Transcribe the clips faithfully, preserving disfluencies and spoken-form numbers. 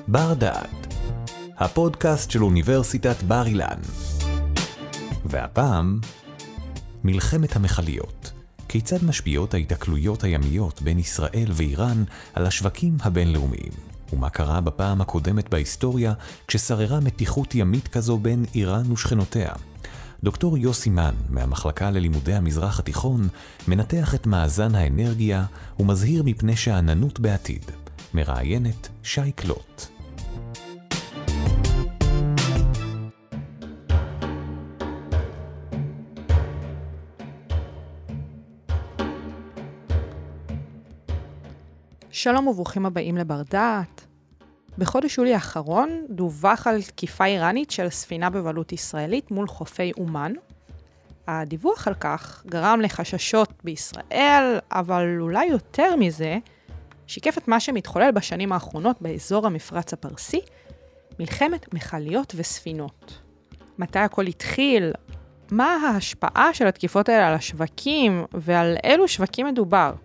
בר דעת, הפודקאסט של אוניברסיטת בר אילן. והפעם, מלחמת המכליות. כיצד משפיעות ההתקלויות הימיות בין ישראל ואיראן על השווקים הבינלאומיים? ומה קרה בפעם הקודמת בהיסטוריה כששררה מתיחות ימית כזו בין איראן ושכנותיה? דוקטור יוסי מן, מהמחלקה ללימודי המזרח התיכון, מנתח את מאזן האנרגיה ומזהיר מפני שאננות בעתיד. מראיינת שי קלוט. שלום וברוכים הבאים לבר דעת. בחודש יולי האחרון דווח על תקיפה איראנית של ספינה בבעלות ישראלית מול חופי אומן. הדיווח על כך גרם לחששות בישראל, אבל אולי יותר מזה, שיקף את מה שמתחולל בשנים האחרונות באזור המפרץ הפרסי, מלחמת מכליות וספינות. מתי הכל התחיל? מה ההשפעה של התקיפות האלה על השווקים ועל אילו שווקים מדובר?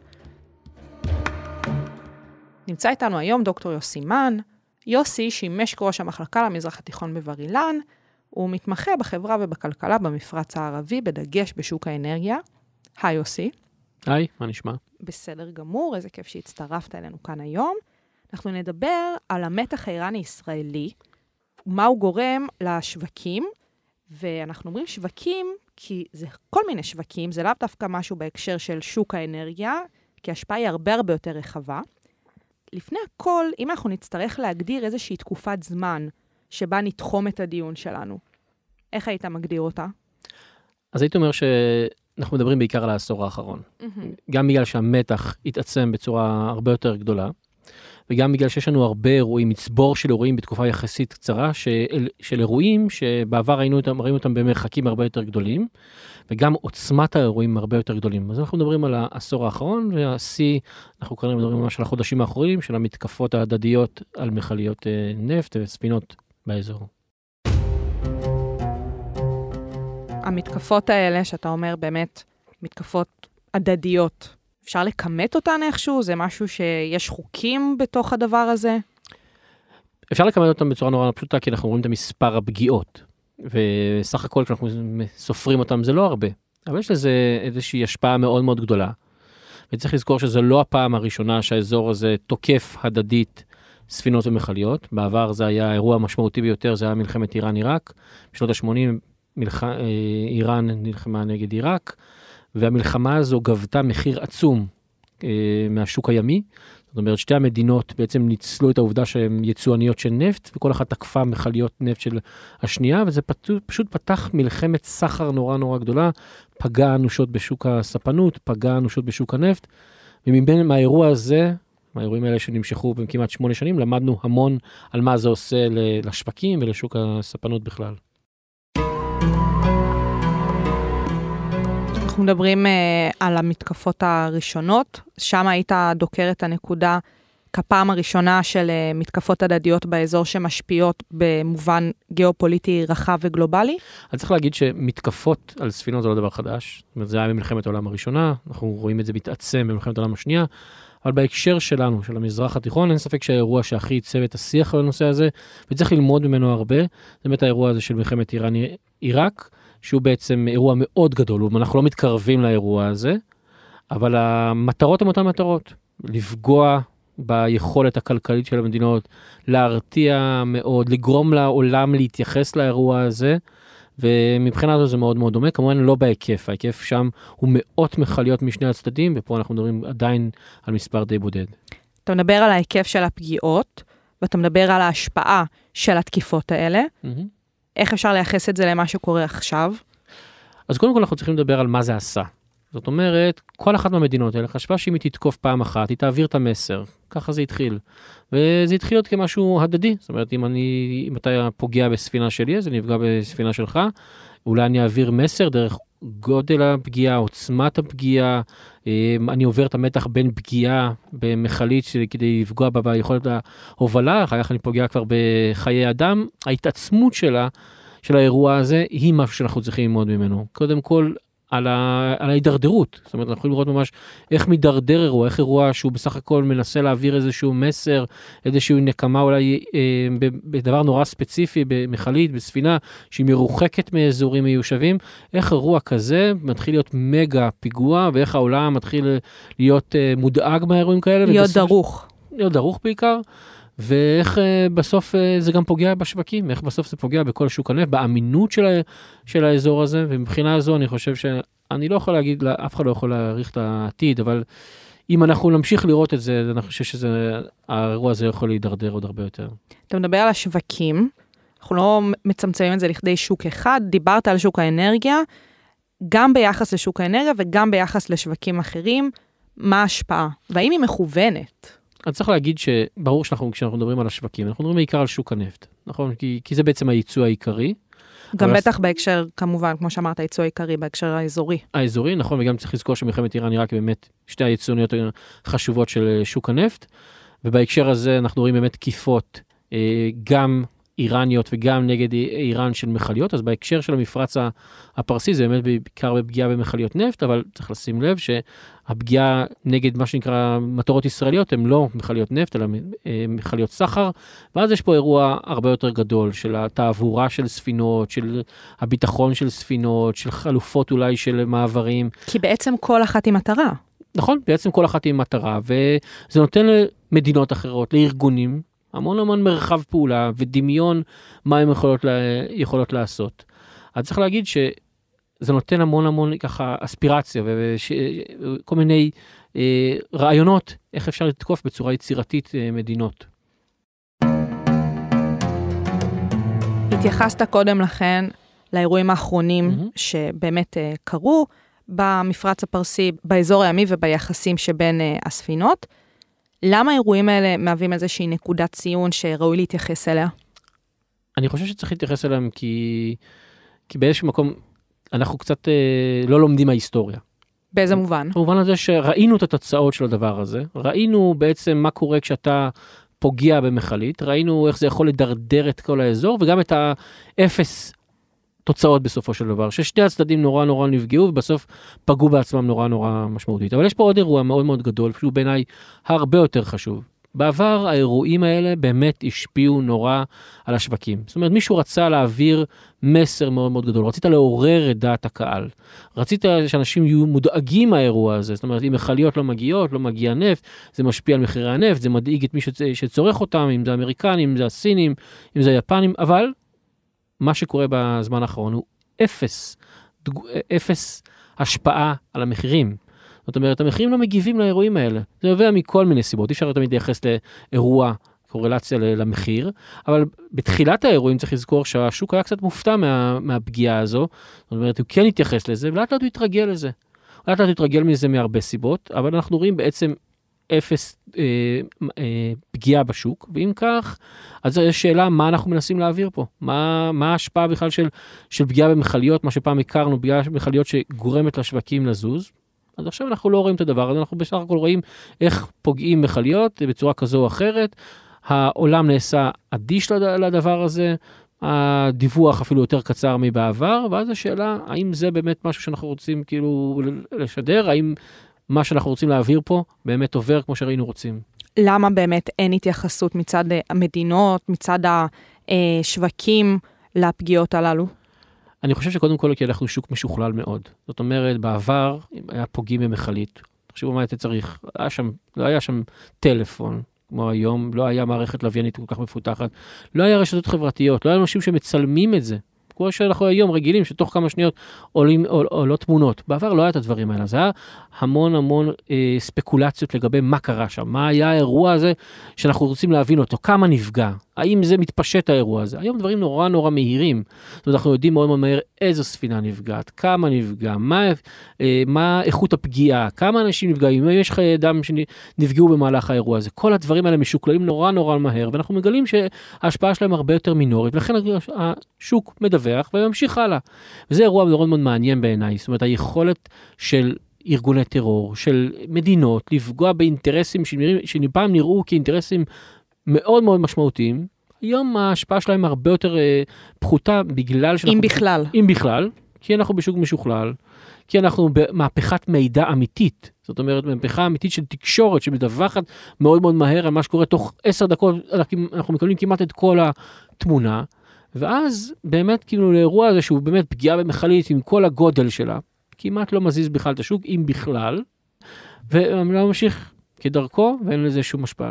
נמצא איתנו היום דוקטור יוסי מן. יוסי שימש כראש המחלקה למזרח התיכון בבר אילן, הוא מתמחה בחברה ובכלכלה במפרץ הערבי, בדגש בשוק האנרגיה. היי יוסי. היי, מה נשמע? בסדר גמור, איזה כיף שהצטרפת אלינו כאן היום. אנחנו נדבר על המתח האיראני-ישראלי, מה הוא גורם לשווקים, ואנחנו אומרים שווקים, כי זה כל מיני שווקים, זה לאו דווקא משהו בהקשר של שוק האנרגיה, כי ההשפעה היא הרבה הרבה יותר רחבה. לפני הכל, אם אנחנו נצטרך להגדיר איזושהי תקופת זמן שבה נתחום את הדיון שלנו, איך היית מגדיר אותה? אז הייתי אומר שאנחנו מדברים בעיקר על העשור האחרון. Mm-hmm. גם בגלל שהמתח התעצם בצורה הרבה יותר גדולה, וגם בגלל שיש לנו הרבה אירועים, מצבור של אירועים בתקופה יחסית קצרה, של, של אירועים שבעבר ראינו אותם, ראינו אותם במרחקים הרבה יותר גדולים, וגם עוצמת האירועים הרבה יותר גדולים. אז אנחנו מדברים על העשור האחרון, והשיא, אנחנו כנראה מדברים ממש על החודשים האחרונים, של המתקפות ההדדיות על מכליות נפט וספינות באזור. המתקפות האלה, שאתה אומר באמת, מתקפות הדדיות, אפשר לקמת אותן איכשהו? זה משהו שיש חוקים בתוך הדבר הזה? אפשר לקמת אותן בצורה נורא פשוטה, כי אנחנו רואים את המספר הפגיעות. וסך הכל כשאנחנו סופרים אותם זה לא הרבה. אבל יש לזה איזושהי השפעה מאוד מאוד גדולה. וצריך לזכור שזה לא הפעם הראשונה שהאזור הזה תוקף הדדית ספינות ומכליות. בעבר זה היה אירוע משמעותי ביותר, זה היה מלחמת איראן-עיראק. בשנות ה-שמונים מלח... איראן נלחמה נגד עיראק. והמלחמה הזו גבתה מחיר עצום אה, מהשוק הימי. זאת אומרת, שתי המדינות בעצם ניצלו את העובדה שהן יצואניות של נפט, וכל אחת תקפה מכליות נפט של השנייה, וזה פשוט, פשוט פתח מלחמת סחר נורא נורא גדולה, פגע אנושות בשוק הספנות, פגע אנושות בשוק הנפט, ומבין מהאירוע הזה, מהאירועים האלה שנמשכו כמעט שמונה שנים, למדנו המון על מה זה עושה לשווקים ולשוק הספנות בכלל. אנחנו מדברים uh, על המתקפות הראשונות, שם היית דוקר את הנקודה כפעם הראשונה של uh, מתקפות הדדיות באזור שמשפיעות במובן גיאופוליטי רחב וגלובלי. אני צריך להגיד שמתקפות על ספינות זה לא דבר חדש, זאת אומרת, זה היה במלחמת העולם הראשונה, אנחנו רואים את זה מתעצם במלחמת העולם השנייה, אבל בהקשר שלנו, של המזרח התיכון, אין ספק שהאירוע שהכי ייצב את השיח על הנושא הזה, וצריך ללמוד ממנו הרבה, זה באמת האירוע הזה של מלחמת איראן-עיראק, שהוא בעצם אירוע מאוד גדול, אנחנו לא מתקרבים לאירוע הזה, אבל המטרות הן אותן מטרות, לפגוע ביכולת הכלכלית של המדינות, להרתיע מאוד, לגרום לעולם להתייחס לאירוע הזה, ומבחינה זו זה מאוד מאוד דומה, כמובן לא בהיקף, ההיקף שם הוא מאות מכליות משני הצדדים, ופה אנחנו מדברים עדיין על מספר די בודד. אתה מדבר על ההיקף של הפגיעות, ואתה מדבר על ההשפעה של התקיפות האלה, mm-hmm. איך אפשר לייחס את זה למה שקורה עכשיו? אז קודם כל אנחנו צריכים לדבר על מה זה עשה. זאת אומרת, כל אחת מהמדינות האלה חשבה שאם היא תתקוף פעם אחת, היא תעביר את המסר. ככה זה התחיל. וזה התחיל להיות כמשהו הדדי. זאת אומרת, אם, אני, אם אתה פוגע בספינה שלי, אז אני אפגע בספינה שלך. אולי אני אעביר מסר דרך גודל הפגיעה, עוצמת הפגיעה. אני עובר את המתח בין פגיעה במכלית כדי לפגוע בה ביכולת ההובלה. אחר כך אני פוגע כבר בחיי אדם. ההתעצמות שלה, של האירוע הזה, היא משהו שאנחנו צריכים ללמוד ממנו. קודם כל, על, ה, על ההידרדרות. זאת אומרת, אנחנו יכולים לראות ממש איך מדרדר אירוע, איך אירוע שהוא בסך הכל מנסה להעביר איזשהו מסר, איזשהו נקמה אולי אה, בדבר נורא ספציפי, במחלית, בספינה, שהיא מרוחקת מאזורים מיושבים, איך אירוע כזה מתחיל להיות מגה פיגוע, ואיך העולם מתחיל להיות אה, מודאג מהאירועים כאלה. להיות ובסוף, דרוך. להיות דרוך בעיקר. ואיך uh, בסוף uh, זה גם פוגע בשווקים, איך בסוף זה פוגע בכל שוק הנפט, באמינות של, ה, של האזור הזה, ומבחינה הזו אני חושב שאני לא יכול להגיד, אף אחד לא יכול להעריך את העתיד, אבל אם אנחנו נמשיך לראות את זה, אני חושב שהאירוע הזה יכול להידרדר עוד הרבה יותר. אתה מדבר על השווקים, אנחנו לא מצמצמים את זה לכדי שוק אחד, דיברת על שוק האנרגיה, גם ביחס לשוק האנרגיה וגם ביחס לשווקים אחרים, מה ההשפעה? והאם היא מכוונת? אני צריך להגיד שברור שאנחנו, כשאנחנו מדברים על השווקים, אנחנו מדברים בעיקר על שוק הנפט, נכון? כי, כי זה בעצם הייצוא העיקרי. גם בטח הס... בהקשר, כמובן, כמו שאמרת, הייצוא העיקרי, בהקשר האזורי. האזורי, נכון, וגם צריך לזכור שמלחמת איראן היא רק באמת שתי הייצואניות חשובות של שוק הנפט, ובהקשר הזה אנחנו רואים באמת תקיפות, גם איראניות וגם נגד איראן של מחליות, אז בהקשר של המפרץ הפרסי זה באמת בעיקר בפגיעה במחליות נפט, אבל צריך לשים לב שהפגיעה נגד מה שנקרא מטרות ישראליות, הן לא מחליות נפט, אלא מחליות סחר, ואז יש פה אירוע הרבה יותר גדול של התעבורה של ספינות, של הביטחון של ספינות, של חלופות אולי של מעברים. כי בעצם כל אחת היא מטרה. נכון, בעצם כל אחת היא מטרה, וזה נותן למדינות אחרות, לארגונים, המון המון מרחב פעולה ודמיון מה הן יכולות, יכולות לעשות. אז צריך להגיד שזה נותן המון המון ככה אספירציה וכל מיני אה, רעיונות איך אפשר לתקוף בצורה יצירתית אה, מדינות. התייחסת קודם לכן לאירועים האחרונים mm-hmm. שבאמת אה, קרו במפרץ הפרסי, באזור הימי וביחסים שבין אה, הספינות. למה האירועים האלה מהווים איזושהי נקודת ציון שראוי להתייחס אליה? אני חושב שצריך להתייחס אליהם כי, כי באיזשהו מקום אנחנו קצת אה, לא לומדים מההיסטוריה. באיזה מובן? במובן הזה שראינו את התוצאות של הדבר הזה, ראינו בעצם מה קורה כשאתה פוגע במחלית, ראינו איך זה יכול לדרדר את כל האזור, וגם את האפס תוצאות בסופו של דבר, ששתי הצדדים נורא נורא נפגעו, ובסוף פגעו בעצמם נורא נורא משמעותית. אבל יש פה עוד אירוע מאוד מאוד גדול, שהוא בעיניי הרבה יותר חשוב. בעבר האירועים האלה באמת השפיעו נורא על השווקים. זאת אומרת, מישהו רצה להעביר מסר מאוד מאוד גדול, רצית לעורר את דעת הקהל, רצית שאנשים יהיו מודאגים מהאירוע הזה, זאת אומרת, אם מחליות לא מגיעות, לא מגיע נפט, זה משפיע על מחירי הנפט, זה מדאיג את מי שצורך אותם, אם זה האמריקנים, אם זה הסינים, אם זה היפנים, אבל מה שקורה בזמן האחרון הוא אפס, אפס השפעה על המחירים. זאת אומרת, המחירים לא מגיבים לאירועים האלה. זה נובע מכל מיני סיבות. אי אפשר תמיד לייחס לאירוע, קורלציה למחיר, אבל בתחילת האירועים צריך לזכור שהשוק היה קצת מופתע מה, מהפגיעה הזו. זאת אומרת, הוא כן התייחס לזה, ולאט לאט הוא התרגל לזה. לאט לאט הוא התרגל מזה מהרבה סיבות, אבל אנחנו רואים בעצם אפס אה, אה, פגיעה בשוק, ואם כך, אז יש שאלה מה אנחנו מנסים להעביר פה, מה, מה ההשפעה בכלל של, של פגיעה במחליות, מה שפעם הכרנו, פגיעה במחליות שגורמת לשווקים לזוז, אז עכשיו אנחנו לא רואים את הדבר הזה, אנחנו בסך הכל רואים איך פוגעים מחליות בצורה כזו או אחרת, העולם נעשה אדיש לדבר הזה, הדיווח אפילו יותר קצר מבעבר, ואז השאלה, האם זה באמת משהו שאנחנו רוצים כאילו לשדר, האם מה שאנחנו רוצים להעביר פה באמת עובר כמו שראינו רוצים. למה באמת אין התייחסות מצד המדינות, מצד השווקים לפגיעות הללו? אני חושב שקודם כל כי אנחנו שוק משוכלל מאוד. זאת אומרת, בעבר היה פוגעים במחלית. תחשבו מה אתה צריך, היה שם, לא היה שם טלפון, כמו היום, לא היה מערכת לוויינית כל כך מפותחת, לא היה רשתות חברתיות, לא היה אנשים שמצלמים את זה. כמו שאנחנו היום רגילים, שתוך כמה שניות עולים, עול, עולות תמונות. בעבר לא היה את הדברים האלה, זה היה המון המון אה, ספקולציות לגבי מה קרה שם, מה היה האירוע הזה שאנחנו רוצים להבין אותו, כמה נפגע, האם זה מתפשט האירוע הזה. היום דברים נורא נורא מהירים, זאת אומרת, אנחנו יודעים מאוד מאוד מהר איזו ספינה נפגעת, כמה נפגע, מה, אה, מה איכות הפגיעה, כמה אנשים נפגעים, יש חיי אדם שנפגעו במהלך האירוע הזה. כל הדברים האלה משוקללים נורא נורא מהר, ואנחנו מגלים שההשפעה שלהם הרבה יותר מינורית, ולכן השוק מדווח וממשיך הלאה. וזה אירוע מאוד מאוד מעניין בעיניי, זאת אומרת, היכולת של ארגוני טרור, של מדינות, לפגוע באינטרסים שפעם נראו כאינטרסים מאוד מאוד משמעותיים, היום ההשפעה שלהם הרבה יותר אה, פחותה בגלל שאנחנו... אם בכלל. אם בכלל, כי אנחנו בשוק משוכלל, כי אנחנו במהפכת מידע אמיתית, זאת אומרת, מהפכה אמיתית של תקשורת, שמדווחת מאוד מאוד מהר על מה שקורה תוך עשר דקות, אנחנו מקבלים כמעט את כל התמונה, ואז באמת כאילו לאירוע הזה, שהוא באמת פגיעה במכלית עם כל הגודל שלה, כמעט לא מזיז בכלל את השוק, אם בכלל, ולא ממשיך כדרכו, ואין לזה שום השפעה.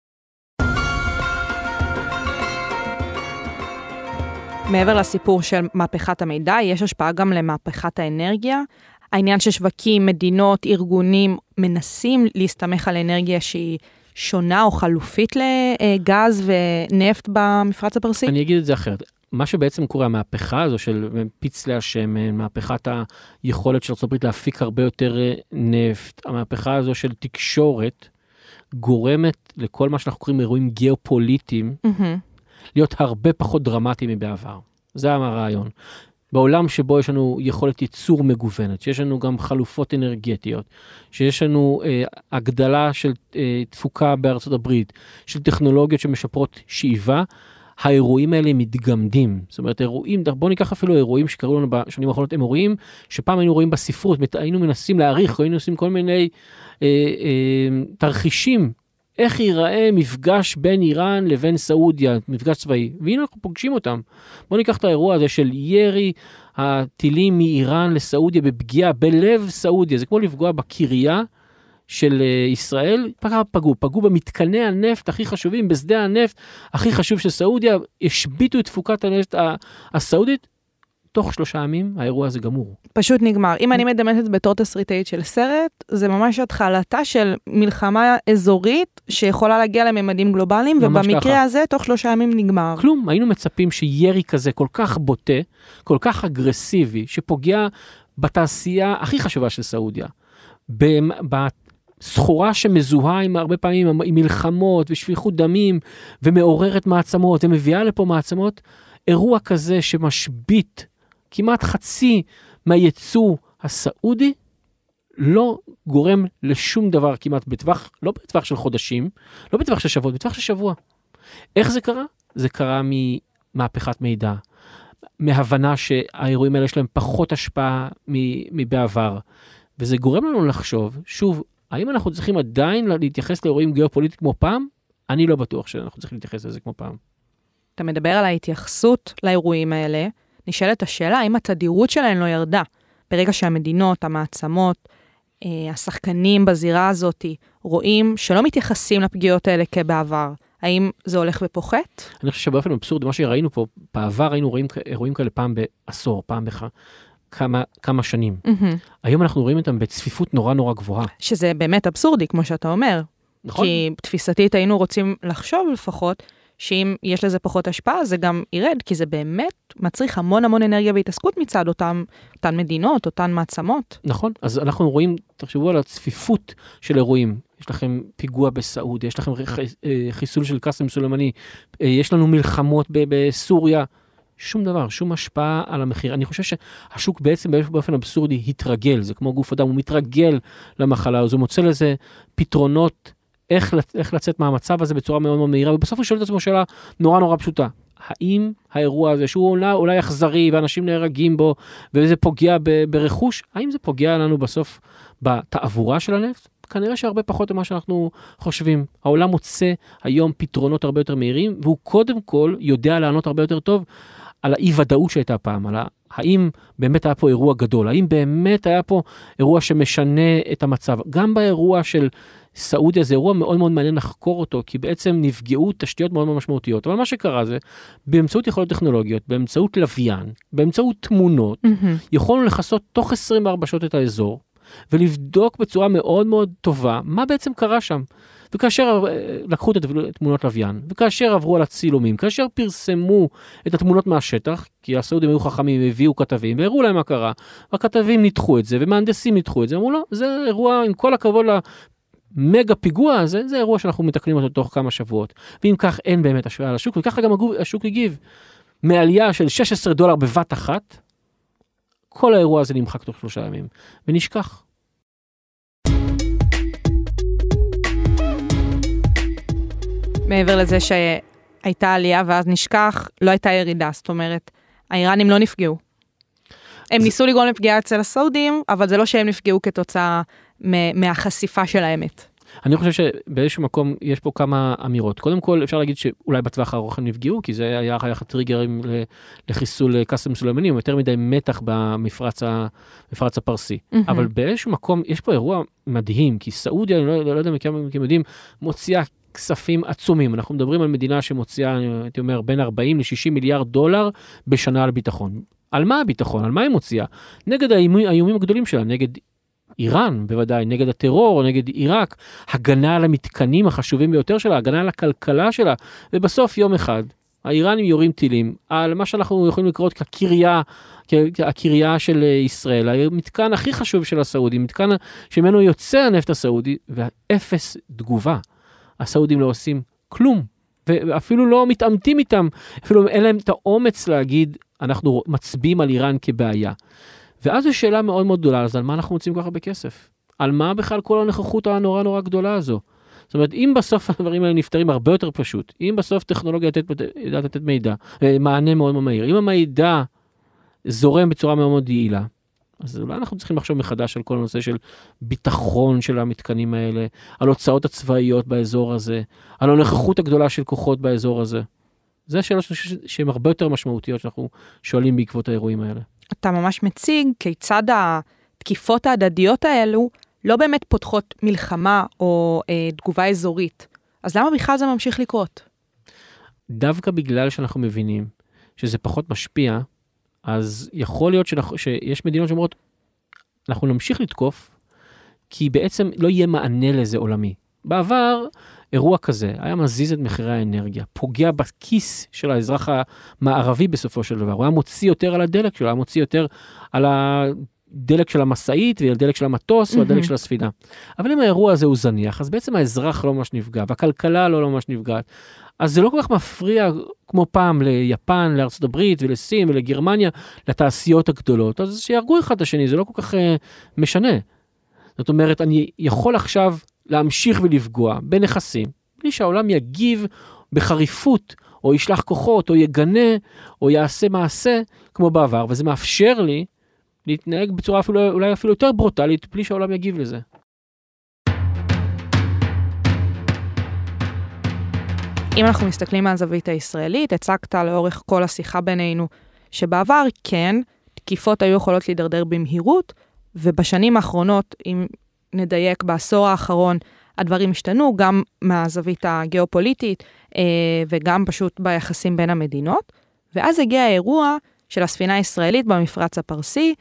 מעבר לסיפור של מהפכת המידע, יש השפעה גם למהפכת האנרגיה. העניין ששווקים, מדינות, ארגונים מנסים להסתמך על אנרגיה שהיא שונה או חלופית לגז ונפט במפרץ הפרסי? אני אגיד את זה אחרת. מה שבעצם קורה, המהפכה הזו של פצלי השמן, מהפכת היכולת של ארצות הברית להפיק הרבה יותר נפט, המהפכה הזו של תקשורת, גורמת לכל מה שאנחנו קוראים אירועים גיאופוליטיים, mm-hmm. להיות הרבה פחות דרמטיים מבעבר. זה הרעיון. בעולם שבו יש לנו יכולת ייצור מגוונת, שיש לנו גם חלופות אנרגטיות, שיש לנו אה, הגדלה של אה, תפוקה בארצות הברית, של טכנולוגיות שמשפרות שאיבה, האירועים האלה מתגמדים. זאת אומרת, אירועים, בואו ניקח אפילו אירועים שקראו לנו בשנים האחרונות, הם אירועים שפעם היינו רואים בספרות, היינו מנסים להעריך, היינו עושים כל מיני אה, אה, תרחישים, איך ייראה מפגש בין איראן לבין סעודיה, מפגש צבאי, והנה אנחנו פוגשים אותם. בואו ניקח את האירוע הזה של ירי הטילים מאיראן לסעודיה בפגיעה בלב סעודיה, זה כמו לפגוע בקריה של ישראל, פגעו, פגעו במתקני הנפט הכי חשובים, בשדה הנפט הכי חשוב של סעודיה, השביטו את תפוקת הנפט הסעודית, תוך שלושה ימים האירוע הזה גמור. פשוט נגמר. אם אני מדמיינת בתור תסריטאית של סרט, זה ממש התחלתה של מלחמה אזורית שיכולה להגיע לממדים גלובליים, ובמקרה ככה. הזה תוך שלושה ימים נגמר. כלום, היינו מצפים שירי כזה כל כך בוטה, כל כך אגרסיבי, שפוגע בתעשייה הכי חשובה של סעודיה, בסחורה שמזוהה עם הרבה פעמים עם מלחמות ושפיכות דמים, ומעוררת מעצמות, ומביאה לפה מעצמות, אירוע כזה שמשבית כמעט חצי מהייצוא הסעודי, לא גורם לשום דבר כמעט בטווח, לא בטווח של חודשים, לא בטווח של שבוע, בטווח של שבוע. איך זה קרה? זה קרה ממהפכת מידע, מהבנה שהאירועים האלה יש להם פחות השפעה מבעבר, וזה גורם לנו לחשוב, שוב, האם אנחנו צריכים עדיין להתייחס לאירועים גיאופוליטיים כמו פעם? אני לא בטוח שאנחנו צריכים להתייחס לזה כמו פעם. אתה מדבר על ההתייחסות לאירועים האלה, נשאלת השאלה, האם התדירות שלהן לא ירדה? ברגע שהמדינות, המעצמות, השחקנים בזירה הזאת, רואים שלא מתייחסים לפגיעות האלה כבעבר. האם זה הולך ופוחת? אני חושב שבאופן אבסורד, מה שראינו פה, בעבר היינו רואים אירועים כאלה פעם בעשור, פעם בך, כמה, כמה שנים. Mm-hmm. היום אנחנו רואים אותם בצפיפות נורא נורא גבוהה. שזה באמת אבסורדי, כמו שאתה אומר. נכון. כי תפיסתית היינו רוצים לחשוב לפחות, שאם יש לזה פחות השפעה, זה גם ירד, כי זה באמת מצריך המון המון אנרגיה והתעסקות מצד אותם, אותן מדינות, אותן מעצמות. נכון, אז אנחנו רואים, תחשבו על הצפיפות של אירועים. יש לכם פיגוע בסעודיה, יש לכם חיסול של קאסם סולימאני, יש לנו מלחמות בסוריה, שום דבר, שום השפעה על המחיר. אני חושב שהשוק בעצם באופן אבסורדי התרגל, זה כמו גוף אדם, הוא מתרגל למחלה, אז הוא מוצא לזה פתרונות, איך, איך לצאת מהמצב הזה בצורה מאוד מאוד מהירה, ובסוף הוא שואל את עצמו שאלה נורא נורא פשוטה. האם האירוע הזה, שהוא אולי, אולי אכזרי, ואנשים נהרגים בו, וזה פוגע ב, ברכוש, האם זה פוגע לנו בסוף בתעבורה של הנפט? כנראה שהרבה פחות ממה שאנחנו חושבים. העולם מוצא היום פתרונות הרבה יותר מהירים, והוא קודם כל יודע לענות הרבה יותר טוב על האי-ודאות שהייתה פעם, על האם באמת היה פה אירוע גדול, האם באמת היה פה אירוע שמשנה את המצב. גם באירוע של סעודיה זה אירוע מאוד מאוד מעניין לחקור אותו, כי בעצם נפגעו תשתיות מאוד מאוד משמעותיות. אבל מה שקרה זה, באמצעות יכולות טכנולוגיות, באמצעות לוויין, באמצעות תמונות, mm-hmm. יכולנו לחסות תוך עשרים וארבע שעות את האזור, ולבדוק בצורה מאוד מאוד טובה, מה בעצם קרה שם. וכאשר לקחו את התמונות לוויין, וכאשר עברו על הצילומים, כאשר פרסמו את התמונות מהשטח, כי הסעודים היו חכמים, הביאו כתבים, והראו להם מה קרה, והכתבים ניתחו את זה, ומהנדסים ניתחו את זה, אמרו לו, זה אירוע, עם כל הכבוד למגה פיגוע הזה, זה אירוע שאנחנו מתקנים אותו תוך כמה שבועות, ואם כך אין באמת השוואה על השוק, וככה גם השוק הגיב, מעלייה של שש עשרה דולר בבת אחת, כל האירוע הזה נמחק תוך שלושה ימים, ונשכח. מעבר לזה שהייתה עלייה ואז נשכח, לא הייתה ירידה, זאת אומרת, האיראנים לא נפגעו. הם ניסו לגרום לפגיעה אצל הסעודים, אבל זה לא שהם נפגעו כתוצאה מהחשיפה של האמת. אני חושב שבאיזשהו מקום יש פה כמה אמירות. קודם כל, אפשר להגיד שאולי בטווח הארוך הם נפגעו, כי זה היה היה טריגרים לחיסול קאסם סולימאני, הוא יותר מדי מתח במפרץ המפרץ הפרסי. אבל באיזשהו מקום יש פה אירוע מדהים, כי סעודיה, אני לא, לא יודע מכמה מכם יודעים, מוציאה כספים עצומים. אנחנו מדברים על מדינה שמוציאה, הייתי אומר, בין ארבעים לשישים מיליארד דולר בשנה על ביטחון. על מה הביטחון? על מה היא מוציאה? נגד האיומים הגדולים שלה, נגד איראן, בוודאי, נגד הטרור, נגד עיראק, הגנה על המתקנים החשובים ביותר שלה, הגנה על הכלכלה שלה, ובסוף יום אחד, האיראנים יורים טילים על מה שאנחנו יכולים לקרוא כקריה, הקריה של ישראל, המתקן הכי חשוב של הסעודים, מתקן שממנו יוצא הנפט הסעודי, והאפס תגובה. הסעודים לא עושים כלום, ואפילו לא מתעמתים איתם, אפילו אין להם את האומץ להגיד, אנחנו מצביעים על איראן כבעיה. ואז זו שאלה מאוד מאוד גדולה, אז על מה אנחנו מוצאים כל כך הרבה כסף? על מה בכלל כל הנוכחות הנורא נורא גדולה הזו? זאת אומרת, אם בסוף הדברים האלה נפתרים הרבה יותר פשוט, אם בסוף טכנולוגיה יודעת לתת מידע, מענה מאוד מאוד מהיר, אם המידע זורם בצורה מאוד מאוד יעילה, אז אולי אנחנו צריכים לחשוב מחדש על כל הנושא של ביטחון של המתקנים האלה, על הוצאות הצבאיות באזור הזה, על הנוכחות הגדולה של כוחות באזור הזה. זה שאלות שהן הרבה יותר משמעותיות שאנחנו שואלים בעקבות האירועים האלה. אתה ממש מציג כיצד התקיפות ההדדיות האלו לא באמת פותחות מלחמה או אה, תגובה אזורית. אז למה בכלל זה ממשיך לקרות? דווקא בגלל שאנחנו מבינים שזה פחות משפיע, אז יכול להיות שאנחנו, שיש מדינות שאומרות, אנחנו נמשיך לתקוף, כי בעצם לא יהיה מענה לזה עולמי. בעבר, אירוע כזה היה מזיז את מחירי האנרגיה, פוגע בכיס של האזרח המערבי בסופו של דבר, הוא היה מוציא יותר על הדלק שלו, היה מוציא יותר על הדלק של המסעית, ועל הדלק של המטוס, ועל הדלק של הספינה. אבל אם האירוע הזה הוא זניח, אז בעצם האזרח לא ממש נפגע, והכלכלה לא ממש נפגעת. אז זה לא כל כך מפריע כמו פעם ליפן, לארצות הברית ולסין ולגרמניה, לתעשיות הגדולות, אז שירגו אחד את השני, זה לא כל כך uh, משנה. זאת אומרת, אני יכול עכשיו להמשיך ולפגוע בנכסים, בלי שהעולם יגיב בחריפות, או ישלח כוחות, או יגנה, או יעשה מעשה, כמו בעבר, וזה מאפשר לי להתנהג בצורה אפילו, אולי אפילו יותר ברוטלית, בלי שהעולם יגיב לזה. אם אנחנו מסתכלים מהזווית הישראלית, הצגת לאורך כל השיחה בינינו, שבעבר כן, תקיפות היו יכולות להידרדר במהירות, ובשנים האחרונות, אם נדייק בעשור האחרון, הדברים השתנו, גם מהזווית הגיאופוליטית, וגם פשוט ביחסים בין המדינות, ואז הגיע האירוע של הספינה הישראלית במפרץ הפרסי,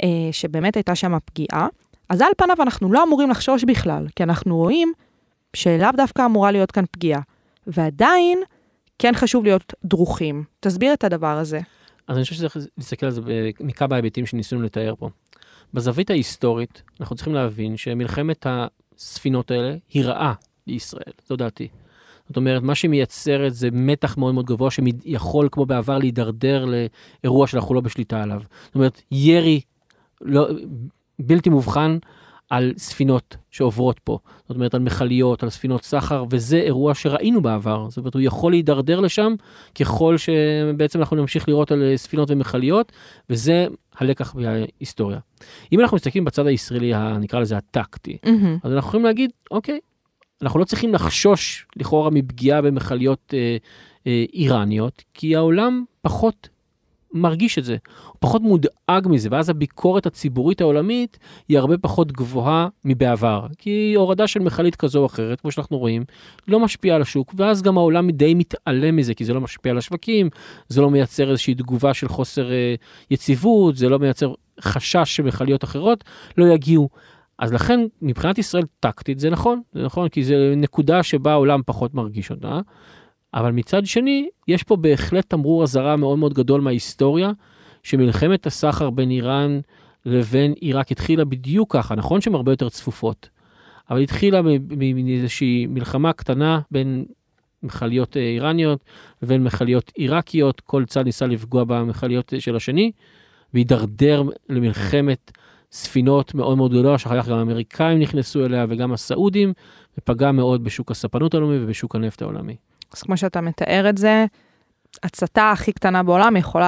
שבאמת הייתה שם פגיעה, אז על פניו אנחנו לא אמורים לחשוש בכלל, כי אנחנו רואים שלאו דווקא אמורה להיות כאן פגיעה. ועדיין כן חשוב להיות דרוכים. תסביר את הדבר הזה. אז אני חושב שצריך להסתכל על זה מכמה היבטים שניסינו לתאר פה. בזווית ההיסטורית, אנחנו צריכים להבין שמלחמת הספינות האלה היא רעה לישראל, זו דעתי. זאת אומרת, מה שמייצרת זה מתח מאוד מאוד גבוה, שיכול כמו בעבר להידרדר לאירוע שאנחנו לא בשליטה עליו. זאת אומרת, ירי לא, בלתי מובחן, על ספינות שעוברות פה, זאת אומרת על מכליות, על ספינות סחר, וזה אירוע שראינו בעבר, זאת אומרת הוא יכול להידרדר לשם, ככל שבעצם אנחנו נמשיך לראות על ספינות ומכליות, וזה הלקח בהיסטוריה. אם אנחנו מסתכלים בצד הישראלי, נקרא לזה הטקטי, mm-hmm. אז אנחנו יכולים להגיד, אוקיי, אנחנו לא צריכים לחשוש לכאורה מפגיעה במכליות אה, אה, איראניות, כי העולם פחות מרגיש את זה, הוא פחות מודאג מזה, ואז הביקורת הציבורית העולמית היא הרבה פחות גבוהה מבעבר, כי הורדה של מכלית כזו או אחרת, כמו שאנחנו רואים, לא משפיעה על השוק, ואז גם העולם די מתעלם מזה, כי זה לא משפיע על השווקים, זה לא מייצר איזושהי תגובה של חוסר אה, יציבות, זה לא מייצר חשש שמכליות אחרות לא יגיעו. אז לכן, מבחינת ישראל טקטית, זה נכון, זה נכון, כי זה נקודה שבה העולם פחות מרגיש אותה, אבל מצד שני, יש פה בהחלט תמרור אזהרה מאוד מאוד גדול מההיסטוריה, שמלחמת הסחר בין איראן לבין עיראק התחילה בדיוק ככה, נכון שהן הרבה יותר צפופות, אבל התחילה מאיזושהי מלחמה קטנה בין מכליות איראניות לבין מכליות עיראקיות, כל צד ניסה לפגוע במכליות של השני, והידרדר למלחמת ספינות מאוד מאוד גדולה, שאחר כך גם האמריקאים נכנסו אליה וגם הסעודים, ופגע מאוד בשוק הספנות העולמי ובשוק הנפט העולמי. אז כמו שאתה מתאר את זה, הצתה הכי קטנה בעולם יכולה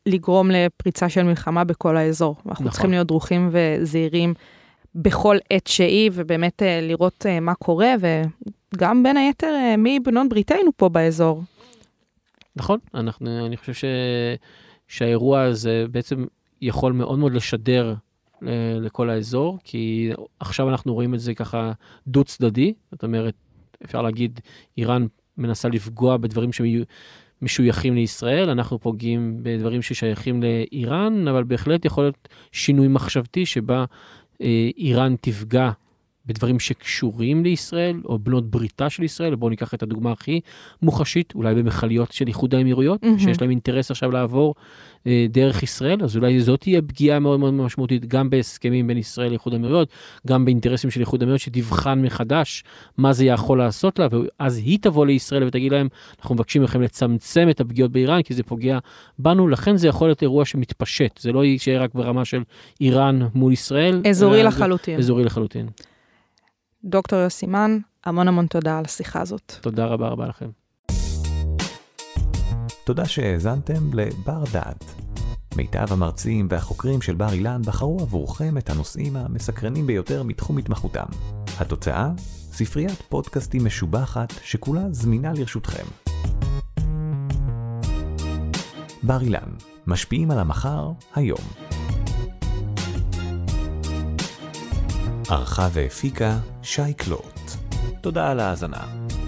לגרום לפריצה של מלחמה בכל האזור. אנחנו נכון. צריכים להיות דרוכים וזהירים בכל עת שהיא, ובאמת לראות מה קורה, וגם בין היתר מי בנות בריתנו פה באזור. נכון, אנחנו, אני חושב ש, שהאירוע הזה בעצם יכול מאוד מאוד לשדר לכל האזור, כי עכשיו אנחנו רואים את זה ככה דו צדדי, זאת אומרת, אפשר להגיד, איראן מנסה לפגוע בדברים שמשויכים לישראל, אנחנו פוגעים בדברים ששייכים לאיראן, אבל בהחלט יכול להיות שינוי מחשבתי שבה אה, איראן תפגע בדברים שקשורים לישראל, או בנות בריתה של ישראל, בואו ניקח את הדוגמה הכי מוחשית, אולי במחליות של איחוד האמירויות, mm-hmm. שיש להם אינטרס עכשיו לעבור אה, דרך ישראל, אז אולי זאת תהיה פגיעה מאוד מאוד משמעותית, גם בהסכמים בין ישראל לאיחוד האמירויות, גם באינטרסים של איחוד האמירויות, שתבחן מחדש מה זה יכול לעשות לה, ואז היא תבוא לישראל ותגיד להם, אנחנו מבקשים לכם לצמצם את הפגיעות באיראן, כי זה פוגע בנו, לכן זה יכול להיות אירוע שמתפשט, זה לא יישאר רק ברמה של איראן מול ישראל. אזורי לחלוטין. אזורי לחלוטין. דוקטור יוסי מן, המון המון תודה על השיחה הזאת. תודה רבה רבה לכם. תודה שהאזנתם לבר דעת. מיטב המרצים והחוקרים של בר אילן בחרו עבורכם את הנושאים המסקרנים ביותר מתחום התמחותם. התוצאה? ספריית פודקאסטים משובחת שכולה זמינה לרשותכם. בר אילן, משפיעים על המחר היום. ערכה והפיקה שי קלוט. תודה על ההאזנה.